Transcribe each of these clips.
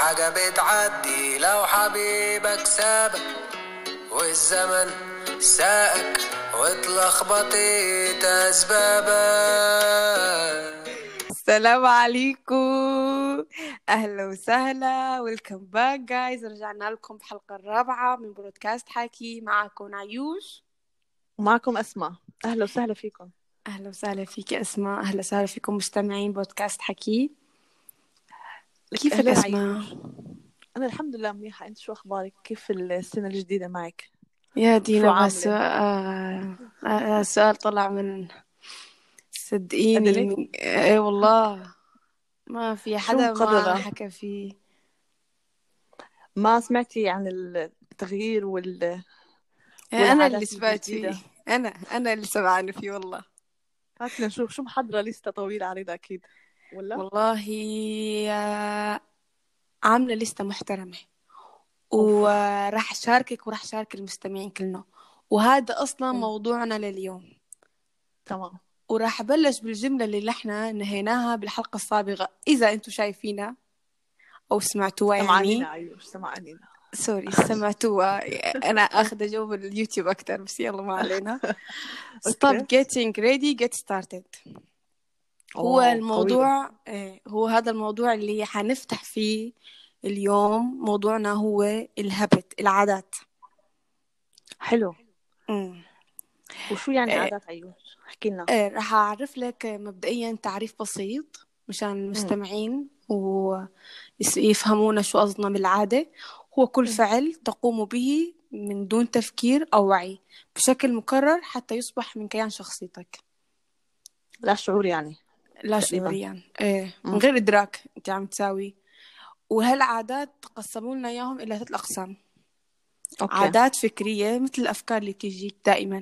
حاجة بتعدي لو حبيبك سابك والزمن ساقك واتلخبطت أسبابك. السلام عليكم، اهلا وسهلا، ويلكم باك جايز. رجعنا لكم بحلقة الرابعة من بودكاست حكي. معكم عيوش ومعكم أسماء. أهلا وسهلا فيكم. اهلا وسهلا فيك اسماء، اهلا وسهلا فيكم مستمعين بودكاست حكي. لك كيفك أهلين اسماء؟ عيوش. أنا الحمد لله منيحة. أنت شو أخبارك؟ كيف السنة الجديدة معك؟ يا شو دينا بس عاملة؟ السؤال طلع من صدقيني أدنك؟ ايه والله ما في شو حدا ما مقررة؟ حكى فيه. ما سمعتي عن التغيير انا اللي والعادات سمعت فيه، الجديدة؟ انا اللي سمعانه فيه والله. هات نشوف. شو محضرة؟ لستة طويلة عريضة أكيد ولا؟ والله عاملة لستة محترمة، أوف. وراح أشاركك وراح أشارك المستمعين كلنا، وهذا أصلا حلو. موضوعنا لليوم. تمام. وراح أبلش بالجملة اللي احنا نهيناها بالحلقة السابقة، إذا أنتوا شايفينها أو سمعتوها سمعانينا يعني. عيوش، سمعانينا. سوري سمعتوها. أنا أخذ جو اليوتيوب أكتر، بس يلا ما علينا. Stop أوكي. getting ready, get started. هو أوه قوية. الموضوع هو هذا الموضوع اللي حنفتح فيه اليوم. موضوعنا هو الهبت، العادات. حلو. مم. وشو يعني آه، عادات عيوش؟ احكي لنا. راح أعرف لك مبدئيا تعريف بسيط مشان مم. المستمعين ويفهمون شو قصدنا بالعادة. هو كل مم. فعل تقوم به من دون تفكير أو وعي بشكل مكرر حتى يصبح من كيان شخصيتك لا شعور يعني. لا تقريبا. شعوريا، من مم. غير إدراك أنت عم تساوي. وهالعادات قسموا لنا إياهم إلى 3 أقسام. أوكي. عادات فكرية مثل الأفكار اللي تجيك دائما.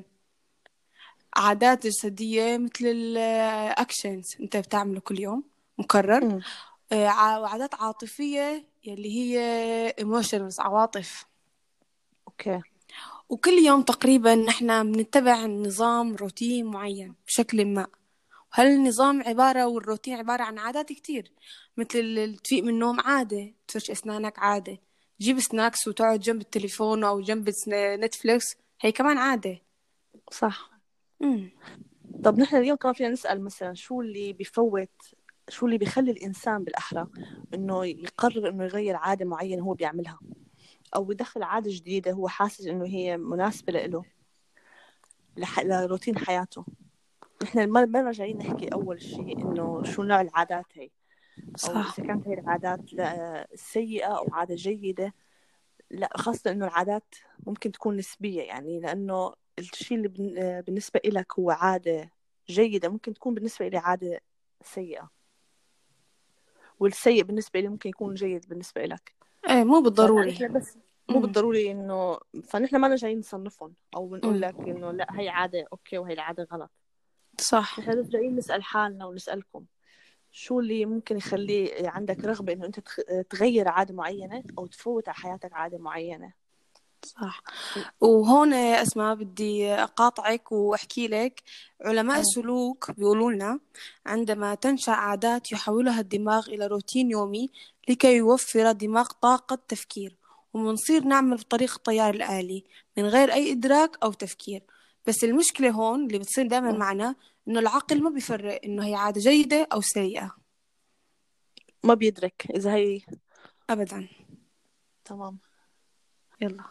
عادات جسدية مثل الأكشنز أنت بتعمله كل يوم مكرر. مم. وعادات عاطفية يلي هي emotions، عواطف. أوكي. وكل يوم تقريبا نحن بنتبع نظام روتين معين بشكل ما. وهل النظام عبارة والروتين عبارة عن عادات كتير، مثل تفيق من النوم عادة، تفرش أسنانك عادة، تجيب سناكس وتقعد جنب التليفون أو جنب نتفليكس، هي كمان عادة. صح. مم. طب نحن اليوم كمان فينا نسأل مثلا شو اللي بيخلي الإنسان بالأحرى إنه يقرر إنه يغير عادة معينة هو بيعملها، أو يدخل عادة جديدة هو حاسس إنه هي مناسبة له لروتين حياته. نحن المرة جايين نحكي أول شيء إنه شو نوع العادات هي، أو صح. إذا كانت هي العادات سيئة أو عادة جيدة. لا، خاصة إنه العادات ممكن تكون نسبية، يعني لأنه الشيء اللي بالنسبة إلك هو عادة جيدة ممكن تكون بالنسبة إلي عادة سيئة، والسيء بالنسبة لي ممكن يكون جيد بالنسبة لك. ايه مو بالضروري. فنحن بس مو مم. بالضروري إنه، فنحن ما جايين نصنفهم أو بنقول مم. لك إنه لا هي عادة أوكي وهي العادة غلط. صح. نحن بس جايين نسأل حالنا ونسألكم شو اللي ممكن يخلي عندك رغبة إنه أنت تغير عادة معينة أو تفوت على حياتك عادة معينة. صح. وهون أسماء بدي أقاطعك وأحكي لك. علماء السلوك بيقولوا لنا عندما تنشأ عادات يحولها الدماغ إلى روتين يومي لكي يوفر دماغ طاقة تفكير، ومنصير نعمل بطريقة التيار الآلي من غير أي إدراك أو تفكير. بس المشكلة هون اللي بتصير دائما معنا إنه العقل ما بيفرق إنه هي عادة جيدة أو سيئة. ما بيدرك إذا هي. أبدا. تمام. يلا.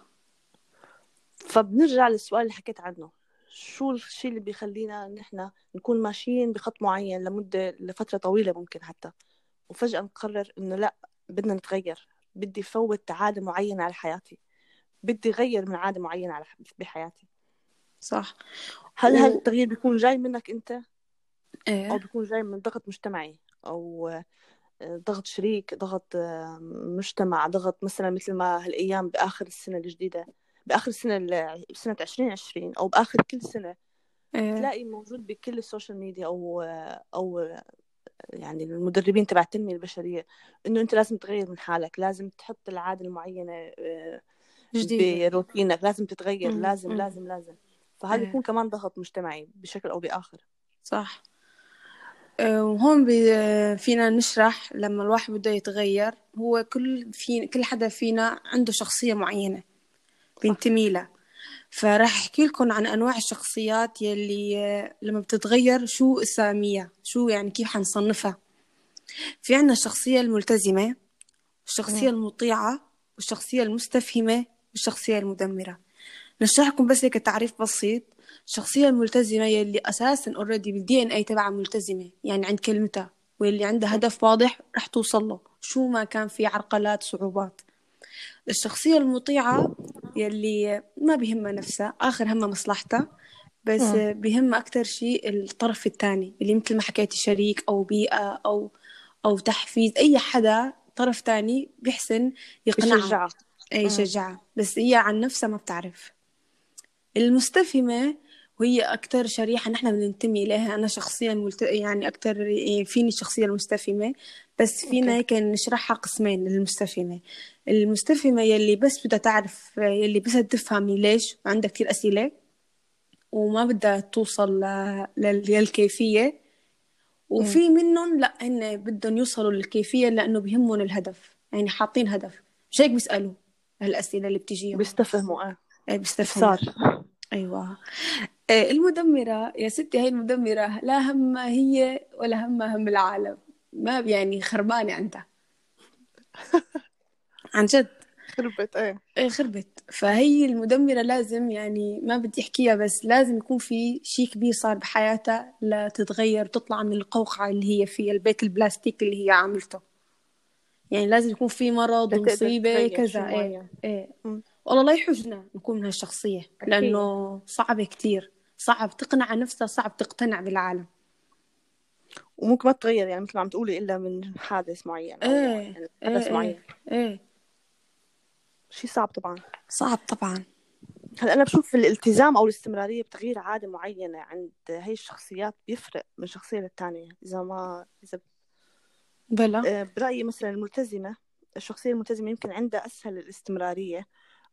فبنرجع للسؤال اللي حكيت عنه، شو الشيء اللي بيخلينا نحن نكون ماشيين بخط معين لفترة طويلة ممكن حتى، وفجأة نقرر إنه لا، بدنا نتغير، بدي فوت عادة معينة على حياتي، بدي أغير من عادة معينة بحياتي. صح. هل هذا التغيير بيكون جاي منك أنت، أو إيه. بيكون جاي من ضغط مجتمعي، أو ضغط شريك، ضغط مجتمع، ضغط مثلا مثل ما هالأيام بآخر السنة الجديدة، بآخر سنة 2020 أو بآخر كل سنة إيه. تلاقي موجود بكل السوشيال ميديا أو يعني المدربين تبع التنمية البشرية إنه أنت لازم تغير من حالك، لازم تحط العادة المعينة جديدة. بروتينك، لازم تتغير، مم. لازم مم. لازم لازم. فهذا إيه. يكون كمان ضغط مجتمعي بشكل أو بآخر. صح. وهون فينا نشرح لما الواحد بده يتغير. هو كل حدا فينا عنده شخصية معينة بينتمي لها. فراح أحكي لكم عن أنواع الشخصيات يلي لما بتتغير شو أساميها، شو يعني كيف حنصنفها. في عنا الشخصية الملتزمة، الشخصية المطيعة، والشخصية المستفهمة، والشخصية المدمرة. نشرح لكم بس هيك تعريف بسيط. الشخصية الملتزمة يلي أساساً اوريدي بالدي ان اي تبعها ملتزمة، يعني عند كلمتها، واللي عندها هدف واضح رح توصل له شو ما كان في عرقلات صعوبات. الشخصية المطيعة يلي ما بيهمها نفسها، آخر همها مصلحتها، بس بيهمها أكتر شيء الطرف الثاني، اللي مثل ما حكيتي شريك أو بيئة أو تحفيز. أي حدا طرف تاني بيحسن يقنعها، بشجعها. أي يشجعها، بس هي عن نفسها ما بتعرف. المستفهمة وهي أكتر شريحة نحن بننتمي إليها. أنا شخصيا يعني أكتر فيني الشخصية المستفهمة، بس فينا هيك نشرحها قسمين للمستفهمة. المستفهمة يلي بس بدها تعرف، يلي بس تفهمي ليش، عندها كتير أسئلة وما بدها توصل للكيفية. وفي منهم لا، هن بدهم يوصلوا للكيفية لأنه بيهمهم الهدف، يعني حاطين هدف، مش هيك بيسألوا هالأسئلة اللي بتجيهم. بيستفهموا بيستفهموا. صار. أيوة. المدمرة يا ستي، هاي المدمرة لا همها هي ولا همها هم العالم، ما يعني خربانة عندها عن جد. خربت. خربت. فهي المدمرة لازم، يعني ما بدي أحكيها، بس لازم يكون في شيء كبير صار بحياتها لتتغير، تطلع من القوقعة اللي هي فيها، البيت البلاستيك اللي هي عاملته. يعني لازم يكون في مرض لتقدر ومصيبة تغير شيء كذا. معين. والله لا يحوجنا نكون من هالشخصية، أكيد. لأنه صعب كتير، صعب تقنع نفسها، صعب تقتنع بالعالم. وممكن ما تغير، يعني مثل ما عم تقولي، إلا من حادث معين أو يعني حدث معين. شيء صعب طبعا. صعب طبعا. هلا أنا بشوف الالتزام أو الاستمرارية بتغيير عادة معينة عند هاي الشخصيات بيفرق من شخصية للتانية. إذا برأيي مثلا الشخصية الملتزمة يمكن عندها أسهل الاستمرارية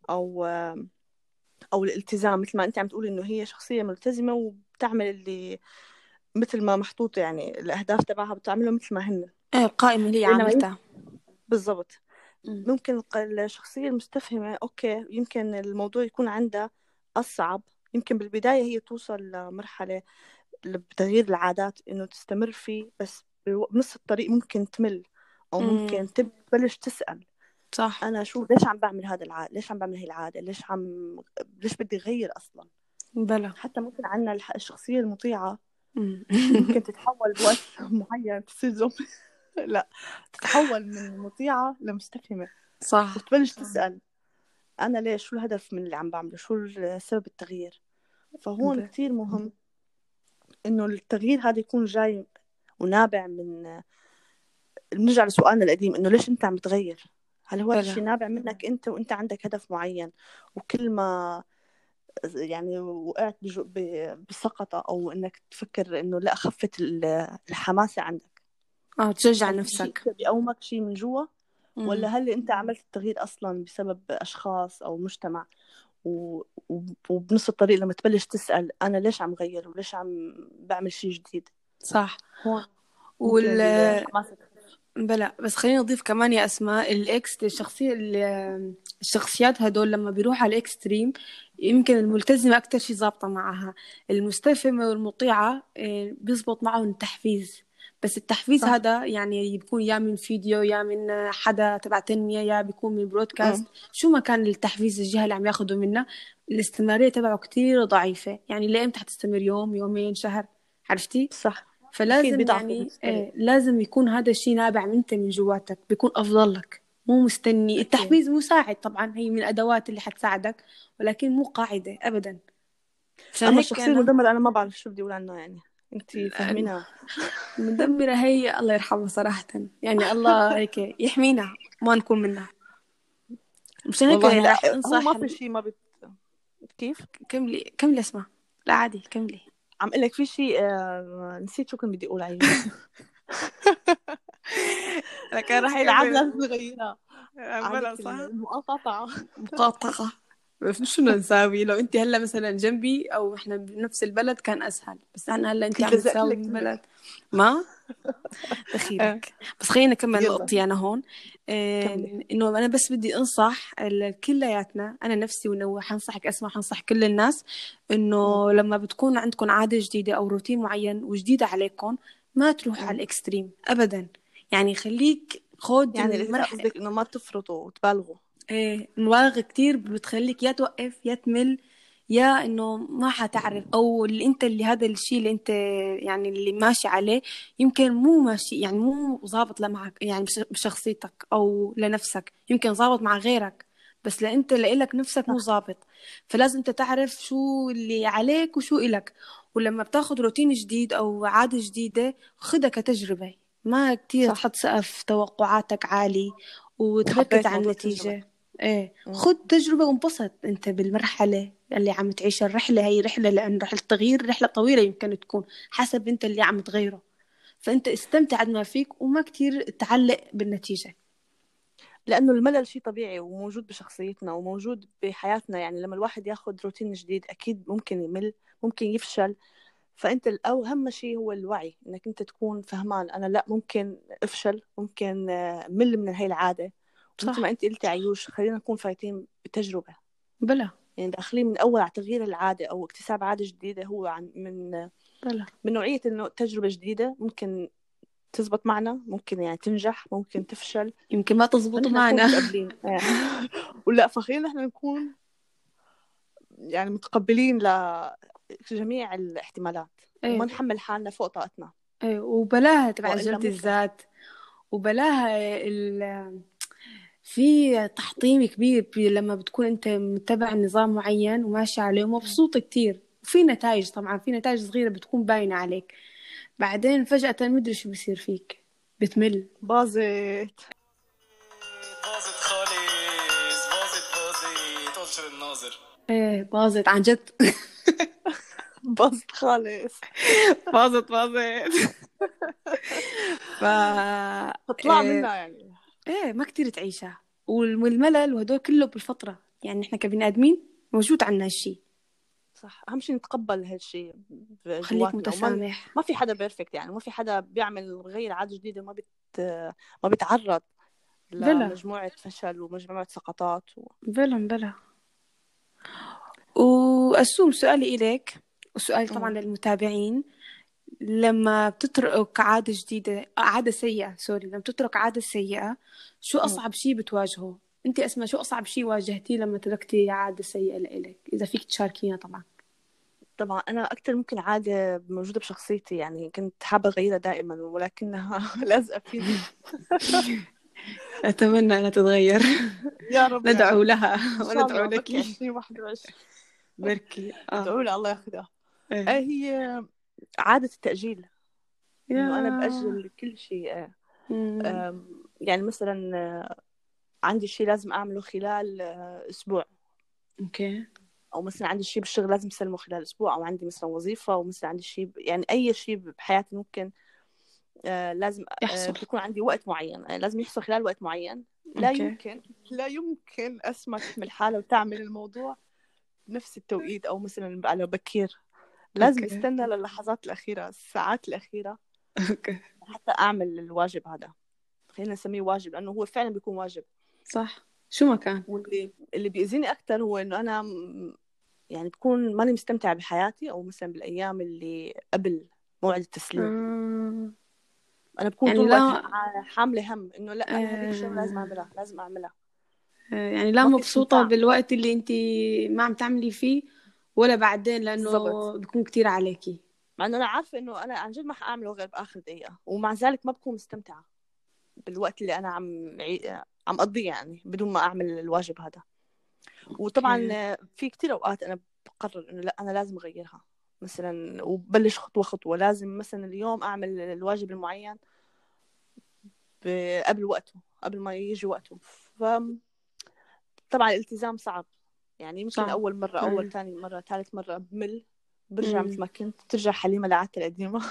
أو الالتزام، مثل ما أنت عم تقولي إنه هي شخصية ملتزمة وبتعمل اللي مثل ما محطوط، يعني الأهداف تبعها بتعمله مثل ما هن. القائمة اللي هي عاملتها بالضبط. ممكن الشخصية المستفهمة أوكي، يمكن الموضوع يكون عندها أصعب. يمكن بالبداية هي توصل لمرحلة بتغيير العادات إنه تستمر فيه، بس بنص الطريق ممكن تمل، أو ممكن تبلش تسأل صح. أنا ليش عم بعمل هذا العادة، ليش عم بعمل هي العادة، ليش بدي أغير أصلا. بلا حتى ممكن عنا الشخصية المطيعة ممكن تتحول بوقت معين تصير زومبي لا، تتحول من مطيعة لمستفهمة. صح. وتبلش تسأل أنا ليش، شو الهدف من اللي عم بعمله، شو سبب التغيير. فهون كتير مهم إنه التغيير هذا يكون جاي ونابع من، بنرجع لسؤالنا القديم، إنه ليش أنت عم تغير. هل هو هذا الشيء نابع منك أنت وأنت عندك هدف معين، وكل ما يعني وقعت بسقطة أو إنك تفكر إنه لا، خفت الحماسة عندك، تشجع نفسك، بيقومك شيء من جوا، ولا هل أنت عملت التغيير أصلا بسبب أشخاص أو مجتمع، وبنص الطريق لما تبلش تسأل أنا ليش عم غير وليش عم بعمل شيء جديد. صح. هون الحماسة بلا. بس خلينا نضيف كمان يا أسماء، الشخصيات هدول لما بيروح على الإكستريم، يمكن الملتزمة أكتر شيء ضابطة معها. المستفهمة والمطيعة بيزبط معهم التحفيز، بس التحفيز هذا يعني بيكون يا من فيديو، يا من حدا تبع تنمية، يا بيكون من برودكاست. شو ما كان التحفيز، الجهة اللي عم ياخدوا منها، الاستمرارية تبعه كتير ضعيفة. يعني لإمتى حتستمر؟ يوم، يومين، شهر، عرفتي؟ صح. فلازم يعني لازم يكون هذا الشيء نابع من جواتك، بيكون أفضل لك، مو مستني. التحفيز مساعد طبعا، هي من الأدوات اللي حتساعدك، ولكن مو قاعدة أبدا. أما الشخصية المدمرة أنا ما بعرف شو بدي أقول عنها، يعني أنتي فهمينها. مدمرة هي الله يرحمها صراحة، يعني الله هيك يحمينا ما نكون منها. مشان هيك راح أنصح. ما في شيء كيف كملي اسمع. لا عادي كملي. عم قلك في شيء نسيت شو كنت بدي أقول عليه. أنا كان راح العادة لازم نغيرها. بلا صح. مقاطعة. شو نساوي؟ لو انت هلا مثلا جنبي او احنا بنفس البلد كان اسهل، بس انا هلا انت عم تساوي من بلد ما دخيلك. بس خلينا نكمل يلا نقطتي أنا هون. كملي. إنه أنا بس بدي أنصح كلياتنا، أنا نفسي وإنه حنصحك أسمع، حنصح كل الناس م- إنه لما بتكون عندكم عادة جديدة أو روتين معين وجديدة عليكم، ما تروح على م. الإكستريم أبدا. يعني خليك خد يعني المرحلة. قصدك إنه ما تفرطوا وتبالغوا. المبالغة كتير بتخليك يا توقف يا تمل، يا انه ما حتعرف، او اللي انت اللي هذا الشيء اللي انت يعني اللي ماشي عليه يمكن مو ماشي، يعني مو ظابط لمعك، يعني بشخصيتك او لنفسك، يمكن ظابط مع غيرك بس لانت لإلك نفسك مو صح. ظابط. فلازم انت تعرف شو اللي عليك وشو إلك. ولما بتاخد روتين جديد او عادة جديدة خدها كتجربة، ما كتير صح. تحط سقف توقعاتك عالي وتركز حبيت على موضوع التجربة. النتيجة. ايه، م. خد تجربة وانبسط انت بالمرحلة اللي عم تعيشها. الرحلة هي رحلة، لأن رحلة التغيير رحلة طويلة يمكن تكون حسب انت اللي عم تغيره. فانت استمتع قد ما فيك وما كتير تعلق بالنتيجة. لأنه الملل شيء طبيعي وموجود بشخصيتنا وموجود بحياتنا. يعني لما الواحد ياخد روتين جديد أكيد ممكن يمل، ممكن يفشل. فأنت أهم شيء هو الوعي، إنك أنت تكون فهمان أنا لا ممكن أفشل، ممكن مل من هاي العادة. مثل ما صح. أنت قلتي عيوش، خلينا نكون فايتين بتجربة. بلا. يعني داخلين من أول على تغيير العادة أو اكتساب عادة جديدة، هو بلا. من نوعية إنه تجربة جديدة ممكن تزبط معنا، ممكن يعني تنجح، ممكن تفشل. يمكن ما تزبط فنحن نكون معنا. متقبلين ولا فخلينا نحن نكون يعني متقبلين لجميع الاحتمالات، وما ايه. نحمل حالنا فوق طاقتنا. ايه، وبلاها تبع وإلا جلد بنفلح. الذات، وبلاها في تحطيم كبير لما بتكون انت متبع نظام معين وماشي عليه ومبسوط كتير، وفي نتائج، طبعا في نتائج صغيرة بتكون باينة عليك، بعدين فجأة مدري شو بصير فيك، بتمل. باظت. باظت خالص، باظت أشر الناظر. ايه باظت عن جد. باظت خالص. باظت. ف تطلع ايه. منها يعني. ايه ما كتير تعيشها. والملل وهدول كله بالفطرة، يعني احنا كبني آدمين موجود عنا هالشي. صح. أهم شيء نتقبل هالشيء خليك جواتنا، متسامح. ما في حدا بيرفكت. يعني ما في حدا بيعمل غير عادة جديدة ما بيتعرض بلا. لمجموعة فشل ومجموعة سقطات بلا. وأسوم سؤالي إليك، وسؤالي طبعا مم. للمتابعين: لما بتترك عادة جديدة، عادة سيئة سوري، لما بتترك عادة سيئة شو مم. أصعب شيء بتواجهه؟ أنت أسمع، شو أصعب شيء واجهتيه لما تركتي عادة سيئة لإلك، إذا فيك تشاركينا طبعا. طبعا أنا أكتر ممكن عادة موجودة بشخصيتي، يعني كنت حابة أغيرها دائما ولكنها لازقة فيني. أتمنى أنها تتغير. يا رب ندعو يعني. لها إن شاء وندعو الله لك. بركي 2021. بركي ادعوا لي الله ياخذها. إيه. هي عادة التأجيل. إنه أنا يا. بأجل كل شيء. مم. يعني مثلا عندي شيء لازم أعمله خلال أسبوع، أوكي. أو مثلا عندي شيء بالشغل لازم أسلمه خلال أسبوع، أو عندي مثلا وظيفة، أو مثلا عندي شيء يعني أي شيء بحياتي ممكن لازم يحصل. بيكون عندي وقت معين، لازم يحصل خلال وقت معين. لا أوكي. يمكن لا يمكن أسمى تحمل حالة وتعمل الموضوع بنفس التوقيت أو مثلا على بكير. لازم أوكي. استنى للحظات الأخيرة، الساعات الأخيرة، أوكي. حتى أعمل الواجب هذا. خلينا نسميه واجب لأنه هو فعلا بيكون واجب. صح. شو ما كان. واللي بيأذيني أكتر هو إنه أنا يعني بكون ماني مستمتعة بحياتي، أو مثلا بالأيام اللي قبل موعد التسليم آه. أنا بكون طول يعني الوقت لا. حاملة هم إنه لا أنا هذيك الشغلة لازم آه. أعملها، لازم أعملها. يعني لا ما في مبسوطة استمتاع. بالوقت اللي انت ما عم تعملي فيه، ولا بعدين لأنه بالضبط. بيكون كتير عليكي. مع إنه أنا عارفة إنه أنا عن جد ما حأعمله غير بآخر دقيقة، ومع ذلك ما بكون مستمتعة بالوقت اللي أنا عم أقضيه يعني بدون ما أعمل الواجب هذا. وطبعا اوكي. في كتير أوقات أنا بقرر إنه لا أنا لازم أغيرها مثلا، وبلش خطوة خطوة. لازم مثلا اليوم أعمل الواجب المعين قبل وقته، قبل ما يجي وقته. فطبعا الالتزام صعب. يعني يمكن صعب. أول مرة، أول آه. تاني مرة، ثالث مرة بمل، برجع مثل أمم. ما كنت، ترجع حليمة لعادتها القديمة.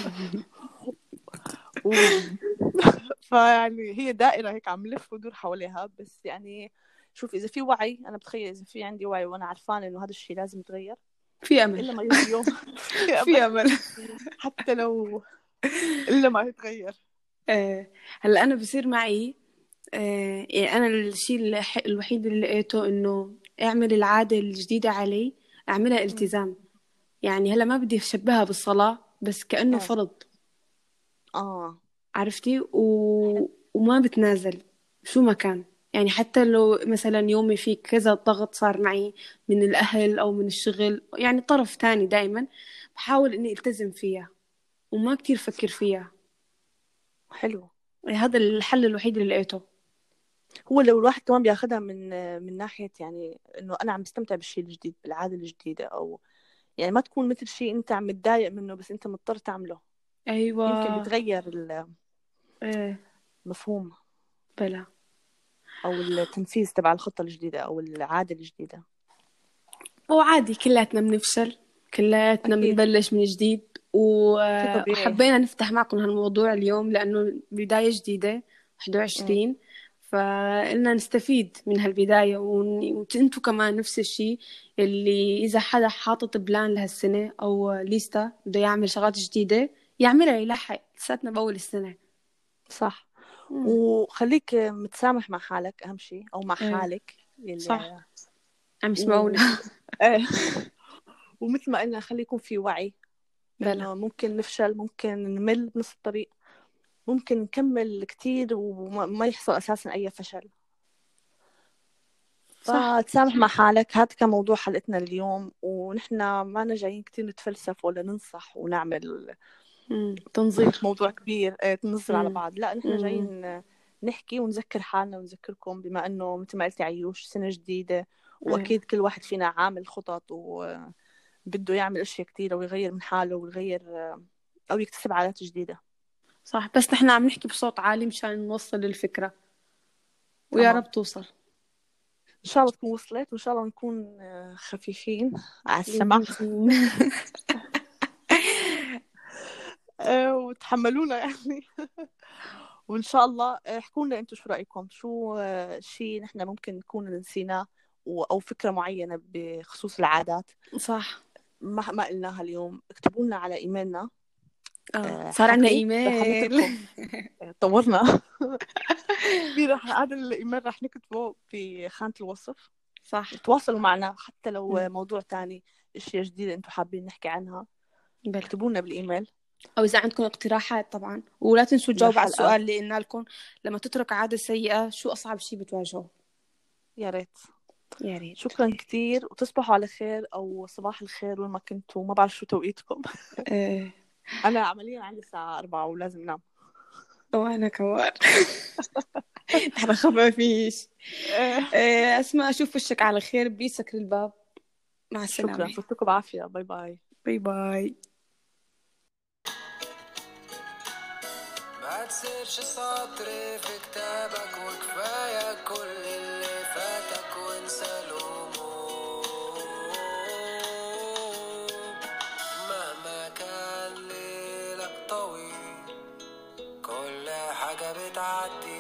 و... فيعني هي دائرة هيك عم لف ودور حواليها. بس يعني شوف، إذا في وعي، أنا بتخيل إذا في عندي وعي وأنا عارفان إنه هذا الشيء لازم يتغير، في أمل. إلا ما يجي يوم في أمل. في أمل. حتى لو إلا ما يتغير. هلا أنا بصير معي يعني أنا الشيء الوحيد اللي لقيته إنه اعمل العادة الجديدة علي، أعملها التزام. يعني هلا ما بدي أشبهها بالصلاة، بس كأنه إيه. فرض. آه. عرفتي؟ وما بتنازل شو ما كان. يعني حتى لو مثلا يومي فيه كذا ضغط صار معي من الأهل أو من الشغل، يعني طرف تاني، دايما بحاول إني ألتزم فيها وما كتير فكر فيها. حلو. يعني هذا الحل الوحيد اللي لقيته. هو لو الواحد كمان بياخدها من ناحية يعني إنه أنا عم بستمتع بالشيء الجديد، بالعادة الجديدة، أو يعني ما تكون مثل شيء أنت عم متضايق منه بس أنت مضطر تعمله، يمكن أيوة. بتغير إيه. المفهوم بلا. أو التنفيذ تبع الخطة الجديدة أو العادة الجديدة. وعادي كلاتنا بنفشل، كلاتنا أكيد. بنبلش من جديد. شيء طبيعي. وحبينا نفتح معكم هالموضوع اليوم لأنه بداية جديدة، أمم. 21. فقلنا نستفيد من هالبداية، وانتوا كمان نفس الشيء. اللي إذا حدا حاطط بلان لهالسنة أو ليستا بده يعمل شغلات جديدة، يعملها يلحق، لساتنا بأول السنة. صح. مم. وخليك متسامح مع حالك أهم شيء، أو مع ايه. حالك صح. اللي عم يسمعونا. و... إيه. ومثل ما قلنا خلي يكون في وعي بلا. إنه ممكن نفشل، ممكن نمل بنص الطريق، ممكن نكمل كتير وما ما يحصل أساسا أي فشل. صح. فتسامح مع حالك. هذا كان موضوع حلقتنا اليوم، ونحن ما جايين كتير نتفلسف ولا ننصح ونعمل تنظير. موضوع كبير ننزل على مم. بعض. لا، نحن مم. جايين نحكي ونذكر حالنا ونذكركم، بما انه مثل ما قلتي عيوش سنة جديدة، ايه. واكيد كل واحد فينا عامل خطط وبده يعمل اشياء كتيرة ويغير من حاله ويغير او يكتسب عادات جديدة. صح، بس نحن عم نحكي بصوت عالي مشان نوصل الفكرة، ويا تمام. رب توصل. ان شاء الله تكون وصلت، وان شاء الله نكون خفيفين على السمع. لذيذين. وتحملونا يعني. وإن شاء الله احكوا لنا أنتم شو رأيكم، شو شيء نحن ممكن نكون نسيناه أو فكرة معينة بخصوص العادات صح. ما قلناها اليوم. اكتبوا لنا على إيميلنا صار عنا حكي، رح ايميل. نتركه. طورنا. في هذا الإيميل رح نكتبه في خانة الوصف. صح. تواصلوا معنا حتى لو مم. موضوع تاني، اشياء جديدة انتم حابين نحكي عنها، بلا. اكتبوا لنا بالإيميل. او اذا عندكم اقتراحات طبعا، ولا تنسوا تجاوبوا على للحلقات السؤال اللي قلنا لكم. لما تترك عادة سيئة شو اصعب شيء بتواجهه؟ يا ريت. يا ريت. شكرا كتير، وتصبحوا على خير أو صباح الخير وين ما كنتوا، ما بعرف شو توقيتكم. ايه. أنا عمليا عندي الساعة 4 ولازم أنام. وانا كمان. نحن خفافيش. إيه. اسماء، اشوف وشك على خير، بيسكر الباب. مع شكرا، السلامة. فوتكم بعافية. باي باي. باي باي. ما تسيرش سطر في كتابك، وكفاية كل اللي فاتك وانسى الهموم. مهما كان ليلك طويل، كل حاجة بتعدي